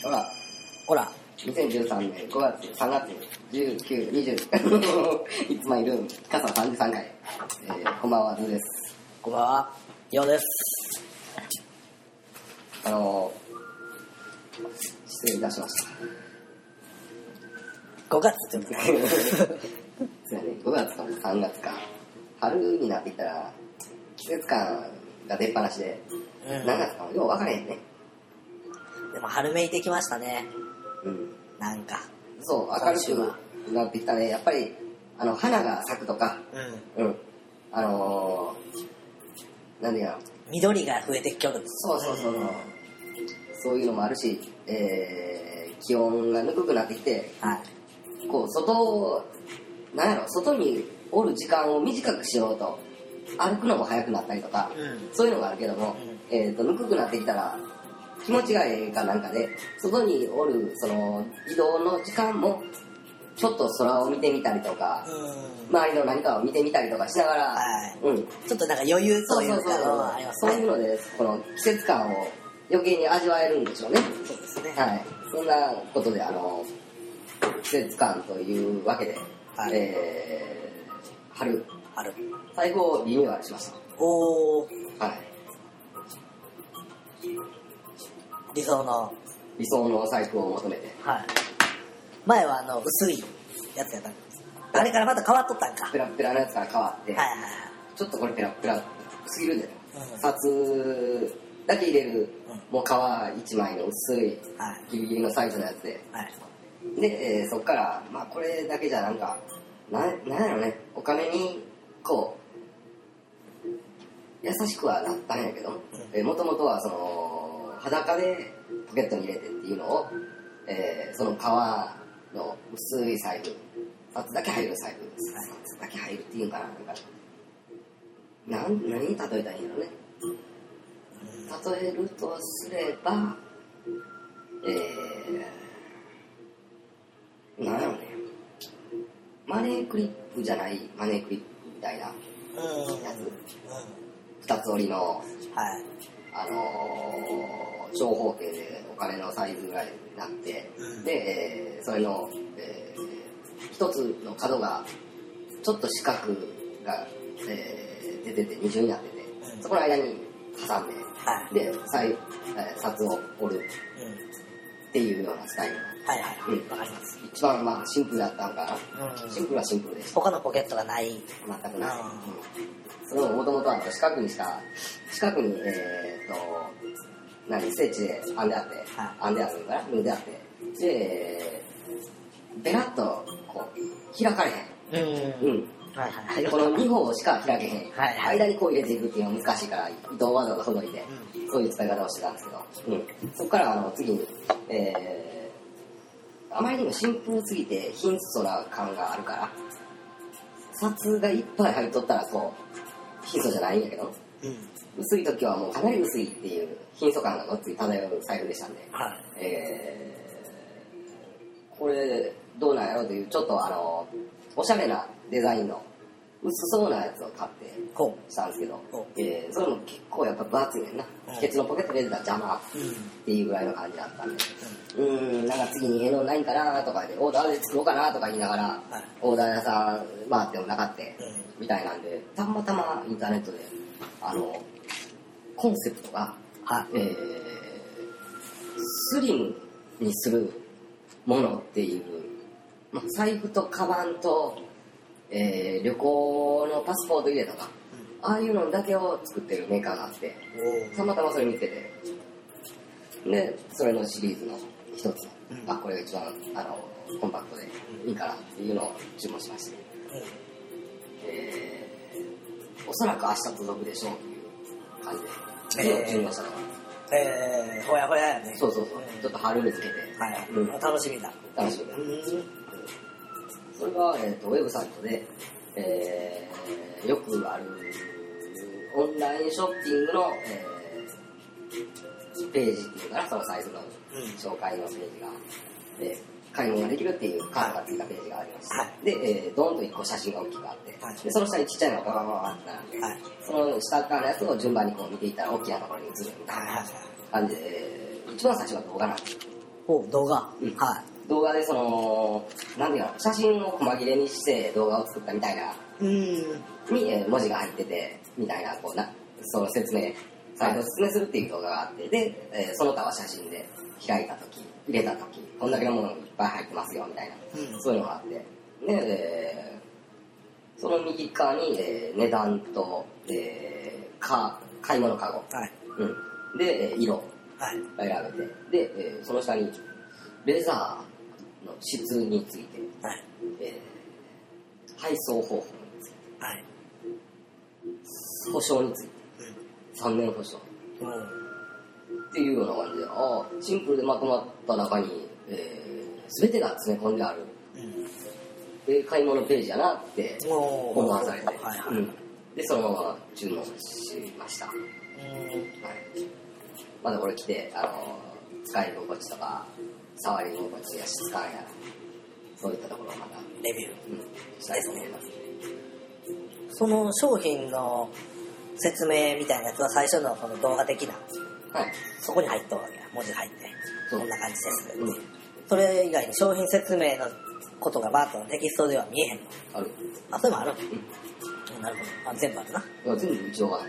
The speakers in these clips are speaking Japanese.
ほら、 ほら、 2013年5月、3月、19、20。いつもいる、傘33回。こんばんは、ズーです。 こんばんは、ようです。 失礼いたしました。 5月って言うんだね。 そうやね、5月か3月か。春になってきたら、季節感が出っ放しで、何月かもよう分からへんね。 でも春めいてきましたね。 うん。 なんか。 そう、明るくなってきたね。やっぱり、花が咲くとか、うん。なんでやろ。 緑が増えてきよる。 そう。そういうのもあるし、気温がぬくくなってきて、 はい。 こう、外におる時間を短くしようと、歩くのも早くなったりとか、そういうのがあるけども、ぬくくなってきたら、気持ちがええかなんかで、外におる、その、移動の時間も、ちょっと空を見てみたりとか、周りの何かを見てみたりとかしながら、 はい。 うん。 ちょっとなんか余裕というかそうありますそういうね。 ので、この季節感を余計に味わえるんでしょうね。 そうですね。 はい。そんなことで、季節感というわけで、 はい。 春、 春。 最後リニューアルしました。 おー、 はい。 理想の。 理想の財布を求めて。 はい。前は薄いやつやったんです。あれからまた変わっとったんか。 ペラペラのやつから変わって、 はいはいちょっとこれペラペラすぎるで、 うん札だけ入れる、もう皮1枚の薄いはい。 ギリギリのサイズのやつで、 はい。 で、そっからまあこれだけじゃなんかなんやろね、お金にこう優しくはなったんやけど、もともとはその裸でポケットに入れてっていうのを、その皮の薄い財布、札だけ入る財布、札だけ入るっていうんかな、何に例えたらいいんだろうね。例えるとすれば、なんやろね、マネークリップじゃないマネークリップみたいなやつ、二つ折りの、 はい。 長方形でお金のサイズぐらいになって、で、それの、一つの角がちょっと四角が、出てて二重になってて、そこの間に挟んで、 はい。 で、札を折るっていうようなスタイルの、 はいはい。わかります。 一番まあシンプルだったのかな。シンプルはシンプルでした。 他のポケットがない。 全くない。それももともと四角に、ステッチで編んであって、編んであるから縫であって、で、ベラッとこう開かれへん。 はいはい。 この2方しか開けへん。 はいはい。 間にこう入れていくっていうのは難しいから、糸をわざわざほどいて、そういう使い方をしてたんですけど、そこから次に、あまりにもシンプルすぎて貧相な感があるから、札がいっぱい入っとったらこう、貧相じゃないんやけど、薄い時はもうかなり薄いっていう貧相感がごっつい漂う財布でしたんで、 はい。 これどうなんやろうというちょっとおしゃれなデザインの薄そうなやつを買ってしたんですけど、それも結構やっぱ分厚いねんな。ケツのポケット入れてたら邪魔っていうぐらいの感じだったんで、なんか次にないんかなとかでオーダーで作ろうかなとか言いながら、オーダー屋さん回ってもなかったみたいなんで、たまたまインターネットでコンセプトが、スリムにするものっていう、財布とカバンと、旅行のパスポート入れとか、ああいうのだけを作ってるメーカーがあって、たまたまそれ見つけて、でそれのシリーズの一つ、これが一番コンパクトでいいかなっていうのを注文しまして、おそらく明日届くでしょうっていう感じで注文したのが、 ほやほややね。 そう、ちょっと春につけて、 楽しみだ。 それが、ウェブサイトで、よくあるオンラインショッピングの、ページっていうかな、そのサイズの紹介のページがあって、買い物ができるっていうカードがついたページがありまして、で、ドーンと1個写真が大きくあって、でその下にちっちゃいのがババババって並んで、その下からのやつを順番にこう見ていったら大きなところに移るみたいな感じで、一番最初は動画なんです。 お動画、は動画でなんていうの、写真を細切れにして動画を作ったみたいな、 い。 に、文字が入ってて、みたいな、その説明、サイトを説明するっていう動画があって、で、その他は写真で開いたとき、入れたとき、こんだけのものいっぱい入ってますよ、みたいな、そういうのがあって、で、その右側に、値段と、買い物カゴ、 はい。 で、色はい。 が選べて、で、その下に、レザーの質について、 はい。 配送方法について、 はい。 保証について、3年保証っていうような感じで、シンプルでまとまった中に、全てが詰め込んである、買い物ページやなって思わされて、で、そのまま注文しました。まだこれ来て、使い心地とか、触り心地や質感やら、そういったところをまたレビューしたいと思います。 その商品の説明みたいなやつは最初のその動画的な、 はい。 そこに入ったわけや、文字入ってそうこんな感じですって、それ以外に商品説明のことがバーッとテキストでは見えへんの？ ある。 あ、それもある？なるほど。全部あるな。 いや、全部一応は、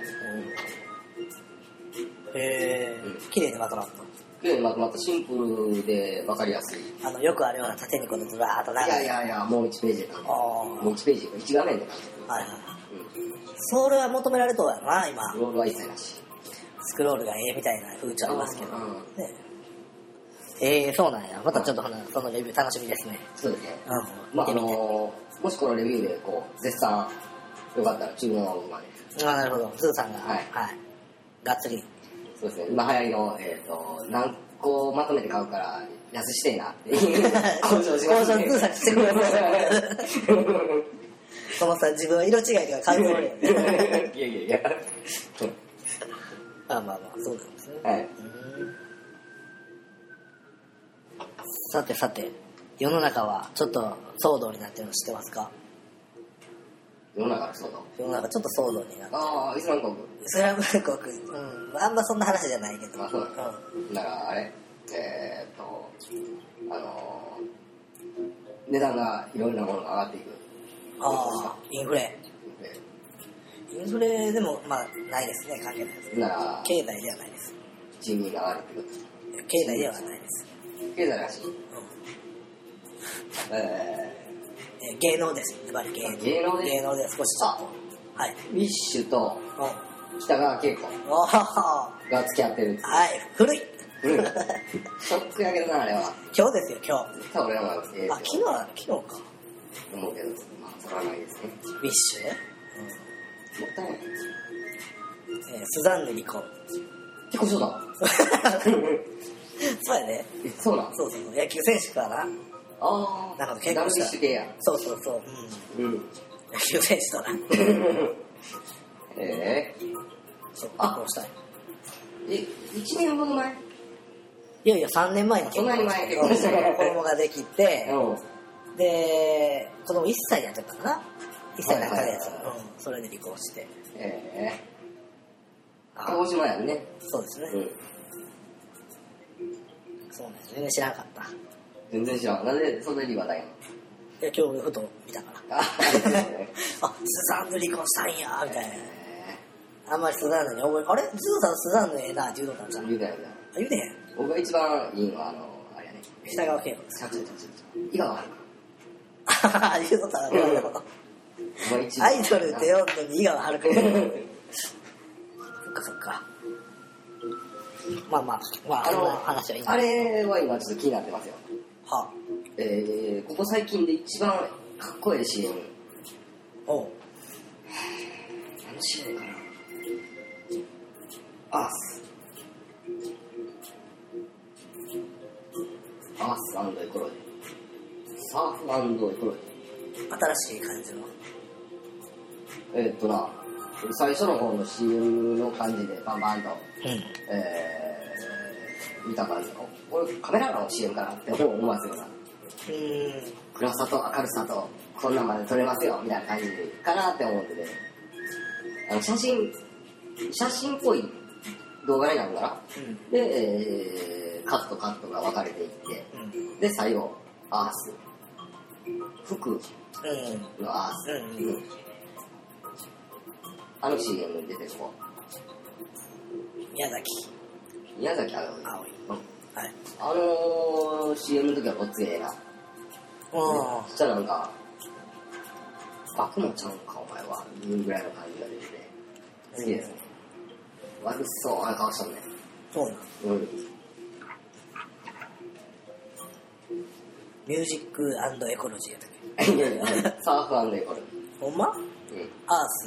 綺麗にまとまった。 綺麗にまとまったシンプルで分かりやすい。 よくあるような縦にこのずらーっと並べて。 いや、もう1ページで書く。もう1ページ、1画面で書く。 はいはい。それは求められとうやろな、今。 スクロールは一切なし。 スクロールがみたいな風潮ありますけど。そうなんや。またちょっとそのレビュー楽しみですね。 そうですね。 見てみて。 もしこのレビューで絶賛よかったら注文は僕まで。 なるほど。ズーさんが、 はい。 がっつり。 そうですね。今流行りの、何個まとめて買うから安してえなって交渉しますね。 交渉ズーさんにしてくれます。そのさ、自分は色違いとか買うつもりやいや。 まあ、そうなんですね。 はい。 さて、世の中はちょっと騒動になってるの知ってますか？ 世の中の騒動。 世の中ちょっと騒動になってる。 イスラム国。 イスラム国、あんまそんな話じゃないけど。 そうだからあれ、値段がいろんなものが上がっていく。 インフレでもないですね、関係ないです。 なら経済ではないです。 賃金が上がるってこと。 経済ではないです。 経済らしい。 芸能です。ズバリ芸能で少しちょっと。はい。 ウィッシュと北川景子が付き合ってる。 はい。古い。 ショックやけどな、あれは。 今日ですよ、今日。 多分俺らも昨日か。 思うけど、それはないですね。 ウィッシュもったいない。 スザンヌ離婚。 結構そうだ。 そうやね。 そうなん？ そう。野球選手かな。なんか結構ダルビッシュ系や。 そう。野球選手とな。結婚したい。 1年ほど前？ いや3年前にそんなに前結婚した。 子供ができて、で、子供1歳やってたかな。1歳になったやつ。それで離婚して。 鹿児島やんね。 そうですね。そうなんです。全然知らなかった。 全然知らん。なんでそんなに話題なの？ いや、今日ふと見たから。スザンヌ離婚したんやみたいな。あんまりスザンヌに覚え、あれズーさんスザンヌええなって言うのかな。 言うてへん。 言うてへん。 僕が一番いいのはあれやね。 北川景子です。 井川遥。 言うとったらアイドルって呼んで井川遥。そっか。まあ話はいい。 あれは今ちょっと気になってますよ。 はここ最近で一番かっこいい CM。 何の CM かな。アース&エコロジー。サーフ&エコロジー。新しい感じの。 最初の方の CM の感じでバンバンと、見た感じ。これカメラの CM かなって思わせるような。暗さと明るさとこんなんまで撮れますよみたいな感じかなって思ってて、写真っぽい動画になるから、で、 カットカットが分かれていって、 うんで最後アース服のアース、 うんうんあの CM に出てる子宮崎ある、 葵、はい、 CM の時はごっつええな。そしたらなんか悪魔ちゃんかお前はいうぐらいの感じが出てて好きですね。悪そうな顔したもんね。 そうなんうん。 ミュージック&エコロジーやったっいやいやサーフ&エコロジけほんま、 ー。 アース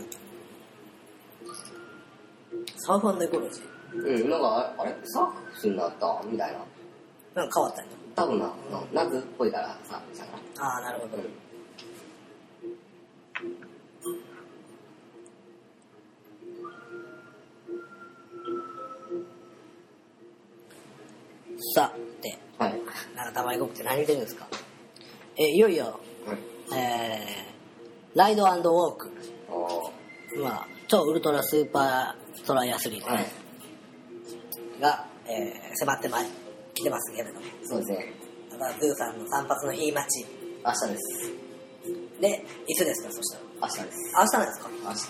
サーフ&エコロジーなんかあれサーフになったみたいな。 なんか変わったんや多分な、夏っぽいからサーフしたから。 ああなるほど、さて、 はい。 なんかたまにごくって何見てるんですか？いよいよ、 はい。 ライド&ウォーク、 あまあ、超ウルトラスーパートライアスリート、 はい。 が、迫ってきてますけれども、 そうですね。 だからズーさんの散髪のいい街明日です。 で、いつですか？そしたら明日です。 明日なんですか？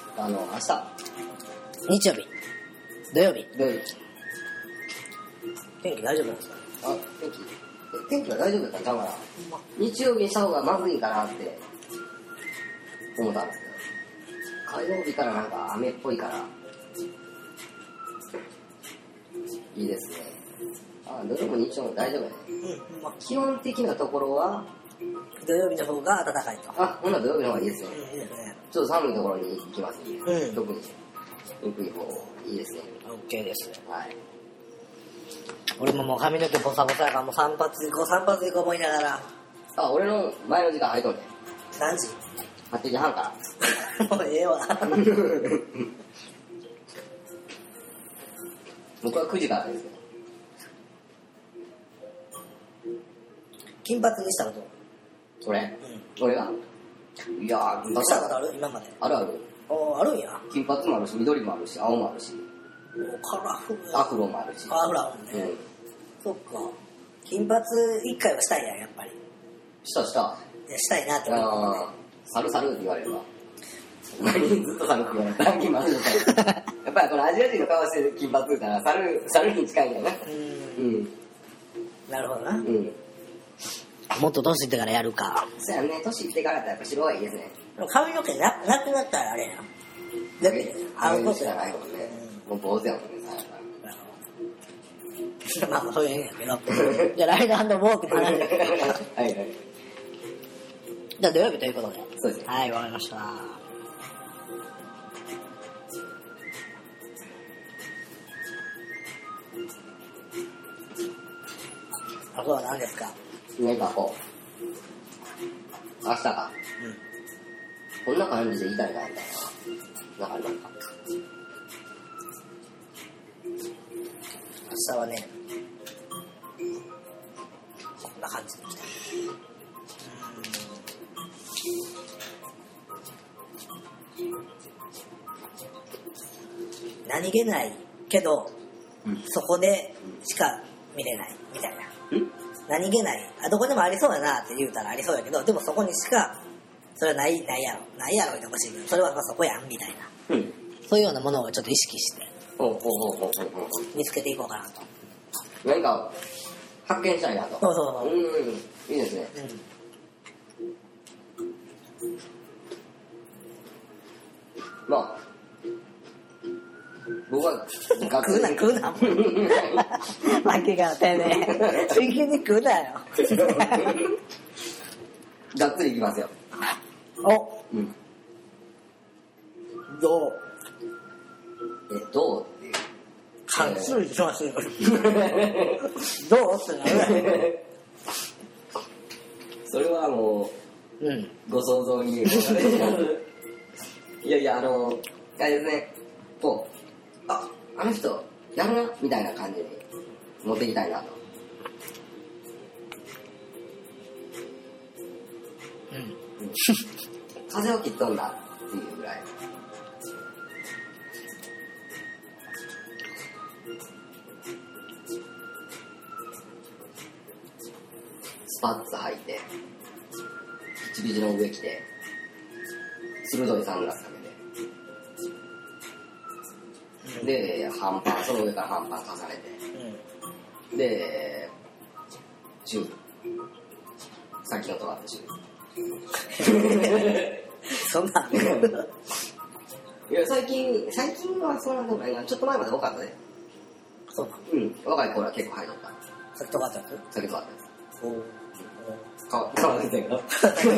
明日。 日曜日、土曜日、 土曜日。 天気大丈夫なんですか？ 天気は大丈夫だったんちゃうかな。日曜日にした方がまずいかなって思ったんですけど、火曜日からなんか雨っぽいからいいですね。土曜も日曜も大丈夫やね。 まあ、 基本的なところは土曜日の方が暖かいと。 ほんなら土曜日の方がいいですね。 いいですね。 ちょっと寒いところに行きますね。特に低い方いいですね。 OK です。 はい。 俺ももう髪の毛ボサボサやからもう散髪行こう思いながら。 俺の前の時間空いとんねん。 何時 8時半からもうええわ僕は9時からですけど。 金髪にしたこと俺がいやーしたことある今まで。 あるある。 あるんや。 金髪もあるし緑もあるし青もあるしカラフルアフロもあるし。 カラフルあるね、そっか。金髪一回はしたいやんやっぱり。したいなって思う。 サルって言われればお前にずっとサルって言われたら金髪みたいな。やっぱりこのアジア人の顔して金髪って言ったらサルに近いんだよな。 なるほどな。もっと年いってからやるか。 そうやね。年いってからだったらやっぱ白がいいですね。 髪の毛なくなったらあれやな。だって会うことじゃないもんね。もう坊主やもんね。 まあそういう意味やけど。じゃあライド&ウォークの話で。 はいはい。 じゃあ土曜日ということで。 そうですね。 はい、わかりました。あとは何ですか？ なんかこう明日か。こんな感じで言いたいなみたいな。なんかありますか？ 明日はね、こんな感じでいきたい。何気ないけど、そこでしか見れないみたいな。何気ないどこでもありそうやなって言うたらありそうやけど、でもそこにしかそれはないやろ言ってほしいけど、それはまあそこやんみたいな、そういうようなものをちょっと意識して見つけていこうかなと。 何か発見したいなと。 そういいですね。まあ僕は食うなもん巻きが丁寧真剣に食うなよがっつりいきますよ。 どうどうっていう関数にしますよどうってなるそれはもう、ご想像にいやあれですね、こうあの人やるなみたいな感じに持っていきたいなと。風を切っとんだっていうぐらい。 スパッツ履いてピチピチの上着て鋭いサングラスかけて、で半パン、その上から半パン重ねて、でシューズ、さっきの尖ったシューズそんなんいや最近はそんなでもないが、ちょっと前まで多かったね。 そうなん。 若い頃は結構履いとった。 さっきとかあったやつ。 さっき尖ったやつ。 おお。 変わってたけど。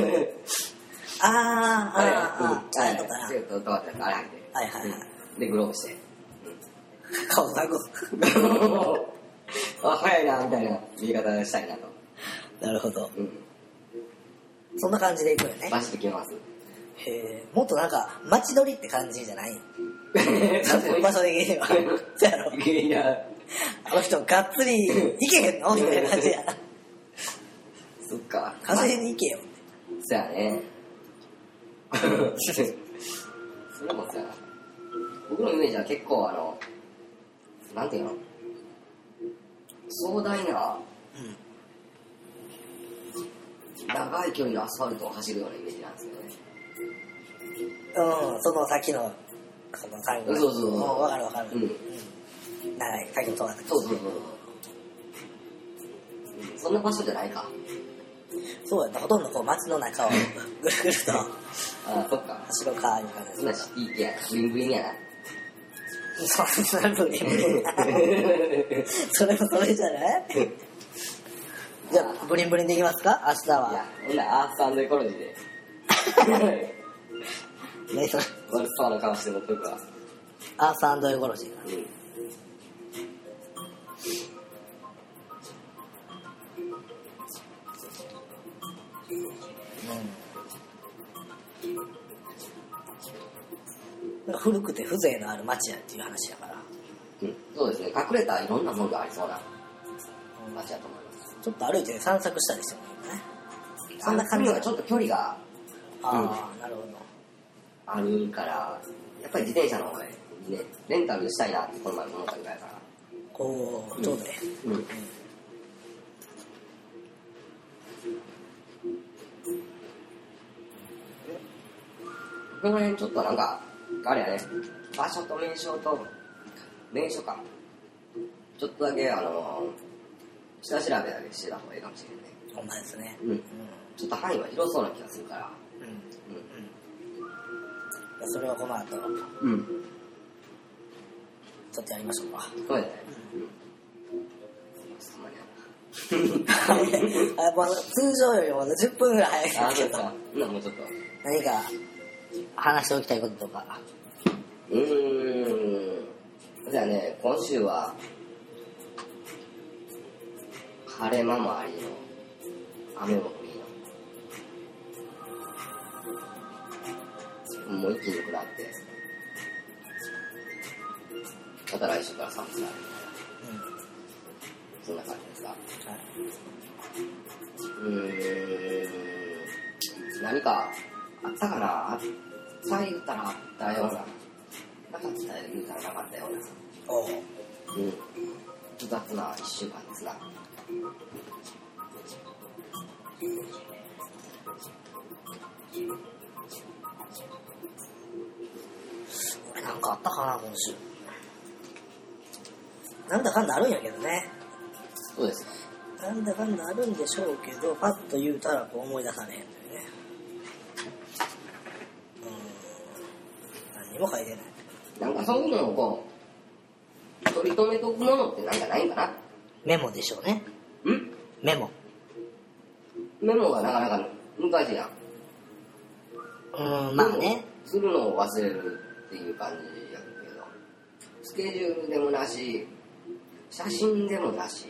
あれとかな。 尖ったやつ、あれ履いて。 はいはいはい。 で、グローブして。 顔さぐ。 あ、早いな、みたいな言い方したいなと。 なるほど。そんな感じでいくよね。 バシッと決めます。 へえ、もっとなんか街乗りって感じじゃない？場所的には。そうやろ。 いや、 あの人がっつり行けへんのみたいな感じや。 そっか。 風に行けよ。 そうやね。それもそうやな。僕のイメージは結構なんていうの、壮大な、長い距離のアスファルトを走るようなイメージなんですよね。 その先のこの最後。 そうそうそう。 わかるわかる。長い先のとがった。 そう。そんな場所じゃないか。 そうやった。ほとんどこう街の中をぐるぐると。 ああ、そっか。 走るかいう感じ。 そんなシティ系やな。ブリンブリンやな。 それブリンブリン。それもそれじゃない？じゃあブリンブリンでいきますか？明日は。 いや、ほんならアース&エコロジーで。 ね、それ。 悪そうな顔して持ってるから。 アース&エコロジーが。古くて風情のある街やっていう話やから、 そうですね、隠れたいろんなものがありそうな街やと思います。 ちょっと歩いて散策したりしてもいいね。 そんな感じがちょっと距離がなるほどあるから、やっぱり自転車の方で、ね、レンタルしたいなってこの前思ったぐらいから。 こうちょうどね。 この辺ちょっとなんかあれやね、場所と名所かちょっとだけ下調べだけしてた方がいいかもしれないね。 ほんまですね。 ちょっと範囲は広そうな気がするから。 それはこの後ちょっとやりましょうか。 そうやね。 通常よりも10分ぐらい早いですけど。 あ、そうか。もうちょっと。 何か話しておきたいこととか。 じゃあね、今週は晴れ間もありの雨も降りの、もう一気に下って、また来週から寒くなるみたいな、そんな感じですか。何かあったかな。あった言うたらあったような、なかった言うたらなかったような。複雑な1週間ですな。 俺なんかあったかな今週。なんだかんだあるんやけどね。 そうですか。 なんだかんだあるんでしょうけど、パッと言うたらこう思い出さねえんだよね。何にも書いてない。 なんかそういうのをこう取り留めとくものってなんかないんかな。 メモでしょうね。メモがなかなか難しいやん。 まあね。 するのを忘れるっていう感じやけど、スケジュールでもなし、写真でもなし、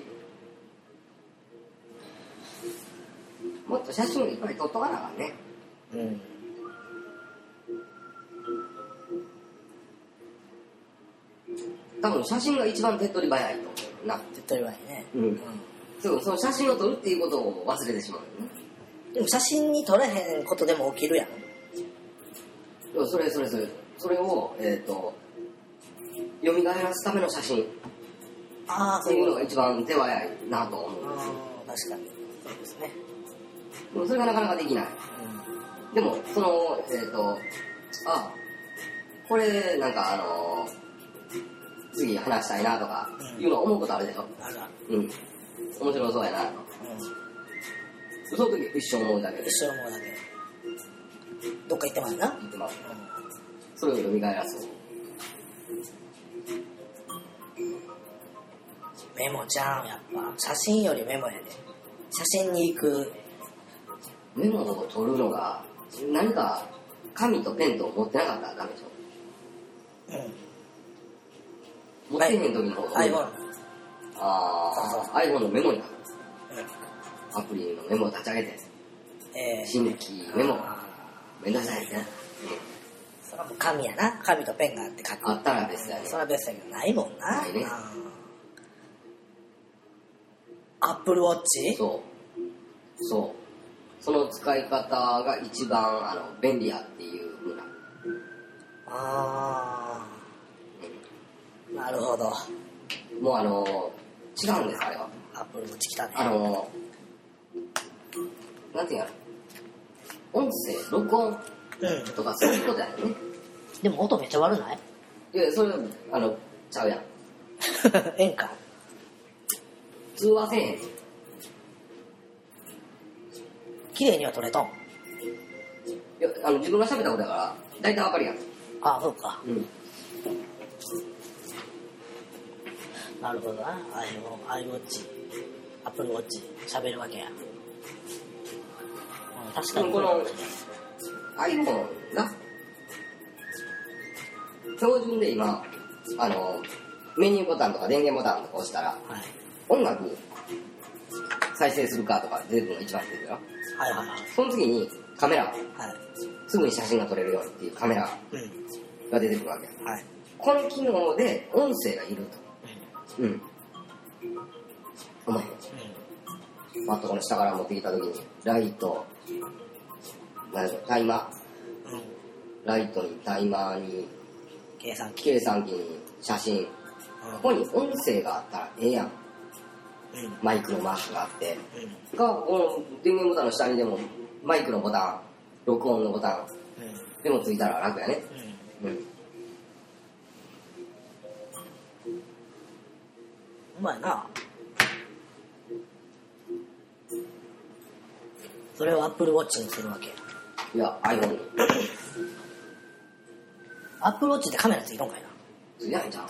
もっと写真をいっぱい撮っとかなあかんね。多分写真が一番手っ取り早いと思うな。 手っ取り早いね。 その写真を撮るっていうことを忘れてしまうよね。 でも写真に撮れへんことでも起きるやん。 それを蘇らすための写真っていうのが一番手早いなと思うんですよ。 確かに。 そうですね。 でもそれがなかなかできない。でも、その、これ、なんか次話したいなとか、いうのは思うことあるでしょ。 あるある。面白そうやなと。その時一生思うだけで。 一生思うだけ。どっか行ってますな。 言ってます。それを蘇らそう。 メモちゃん、やっぱ。写真よりメモやで。写真に行く。 メモを取るのが、何か紙とペンと持ってなかったらダメでしょ。持ってへん時の方が iPhone。 iPhone のメモになる。アプリのメモを立ち上げて。新規メモ。めんどくさいね。 それはもう紙やな。紙とペンがあって書く。 あったら別だよね。 それは別だけど、ないもんな。 ないね。 Apple Watch？ そう。その使い方が一番便利やっていう風な。 なるほど。 もう違うんです、あれは。 Apple Watch 来たね。 なんていうの、音声、録音とかそういうことやね。 でも音めっちゃ悪ない？ いや、それ、ちゃうやん。 ええんか。 通話せえへん。 綺麗には撮れとん。 いや、自分が喋ったことだから、大体わかるやん。 そうか。なるほどな。iWatch、Apple Watch、喋るわけや。確かに。 この iPhone が、標準で今、メニューボタンとか電源ボタンとか押したら、音楽再生するかとか出てくるの一番出てくるよ。その次にカメラ、すぐに写真が撮れるようにっていうカメラが出てくるわけ。この機能で音声がいると。お前、パッとこの下から持ってきた時にライト、タイマー、ライトにタイマーに計算機に写真、ここに音声があったらええやん。マイクのマークがあって、この電源ボタンの下にでもマイクのボタン、録音のボタンでもついたら楽やね。 うまいな。それを Apple Watch にするわけ。 いや、iPhone に。 Apple Watch ってカメラついとんかいな。 ついてないんちゃう？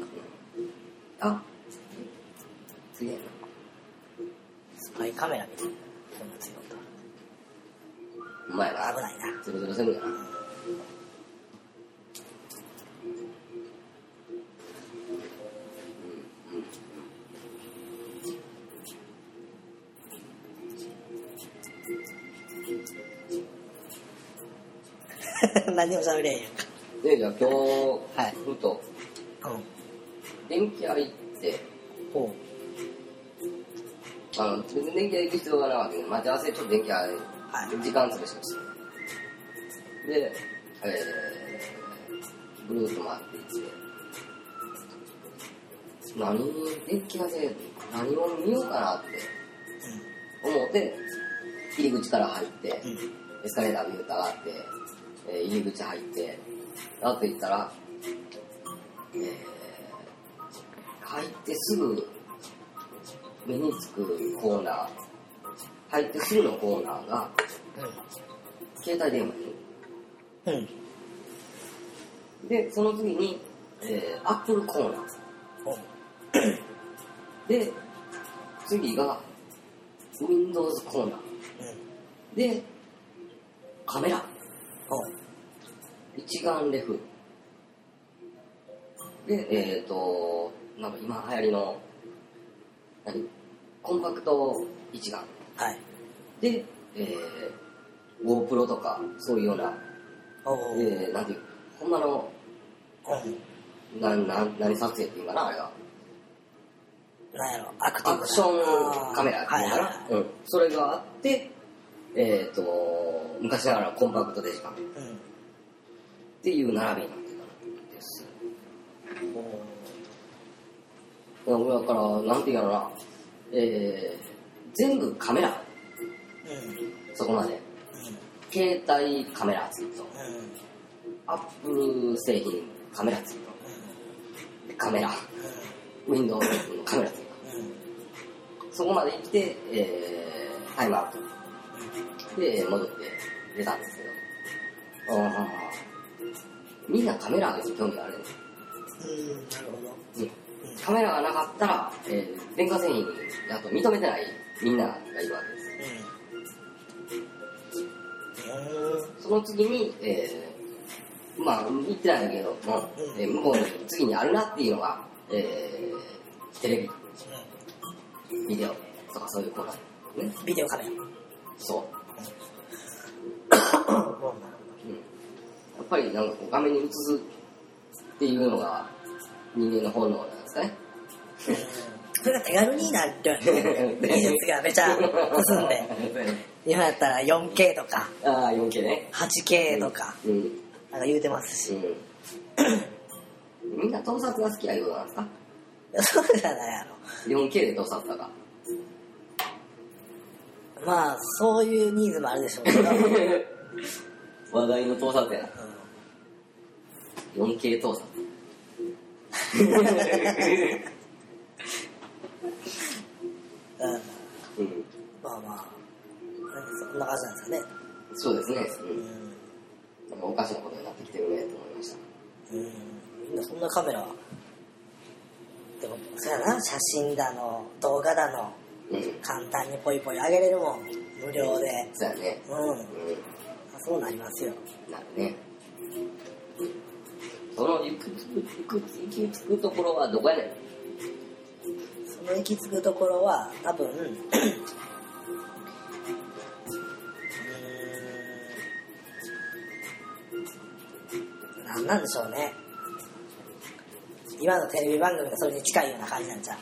ついてんな。 スパイカメラみたいな。そんなついとった。 うまいな。 危ないな。 007やな。 何も喋れへんやんか。 で、じゃあ今日、ふと、電気屋行って、別に電気屋行く必要がなかったけど、待ち合わせちょっと電気屋で時間潰しました。で、ぐるーっと回っていって、電気屋で何を見ようかなって思って、入り口から入って、エスカレータービューッと上がって、入り口入って、あと行ったら、入ってすぐ目につくコーナー、入ってすぐのコーナーが、携帯電話に、で、その次に、Apple コーナー。で、次が Windows コーナー。で、カメラ。一眼レフ。で、なんか今流行りの、コンパクト一眼。で、GoPro とか、そういうような、なんていう、ほんまの、何撮影っていうかな、あれが。 なんやろ、 アクションカメラっていうかな。それがあって、昔ながらのコンパクトデジカメ。っていう並びになってたんです。だから、なんていうのかな、全部カメラこまで、携帯カメラついと、アップル製品カメラついと、カメラ、Windows のカメラついと、そこまで行って、タイムアウトで戻って出たんですけど、みんなカメラに興味があるんです。 なるほど。 カメラがなかったら、電化製品だと認めてないみんながいるわけです。その次に、まあ言ってないんだけども、向こうに次にあるなっていうのが、テレビ、ビデオとかそういうこと、ね、 ビデオカメラ。 そう。やっぱりなんかこう画面に映すっていうのが人間の本能なんですかね。 それが手軽になるって技術がめちゃ進んで、今やったら 4K とか 4K ね、 8K とか、なんか言うてますし、 みんな盗撮が好きやようなんですか。 そうじゃないやろ。 4K で盗撮だかまあそういうニーズもあるでしょうけど話題の盗撮やな、4K 盗撮まあまあそんな感じなんですかね。 そうですね、なんかおかしなことになってきてるねと思いました。 みんなそんなカメラでもそうやな、写真だの動画だの、簡単にポイポイ上げれるもん、無料で。 そうやね、 そうなりますよ。 なるね。その行き着くところはどこやねん。 その行き着くところは多分なんでしょうね。今のテレビ番組がそれに近いような感じなんちゃう。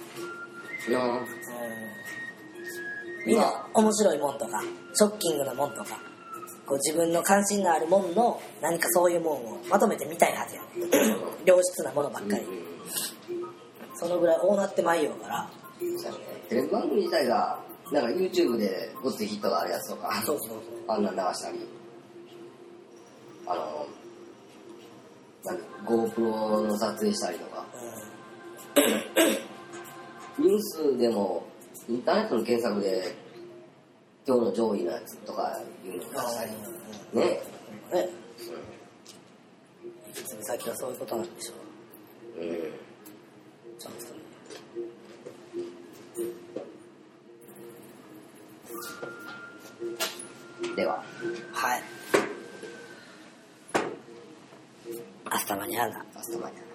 みんな面白いもんとかショッキングなもんとか、こう自分の関心のあるもんの何かそういうもんをまとめてみたいはずやね良質なものばっかり、そのぐらいこうなってまいようから。 テレビ番組自体がなんか YouTube でごっついヒットがあるやつとか、 そうあんなん流したり、GoPro の撮影したりとか、ニュースでもインターネットの検索で今日の上位のやつとかいうのを出したりね。 先はそういうことなんでしょう。ちゃんとでは、 はい。アスタマニャーナ。 アスタマニャーナ。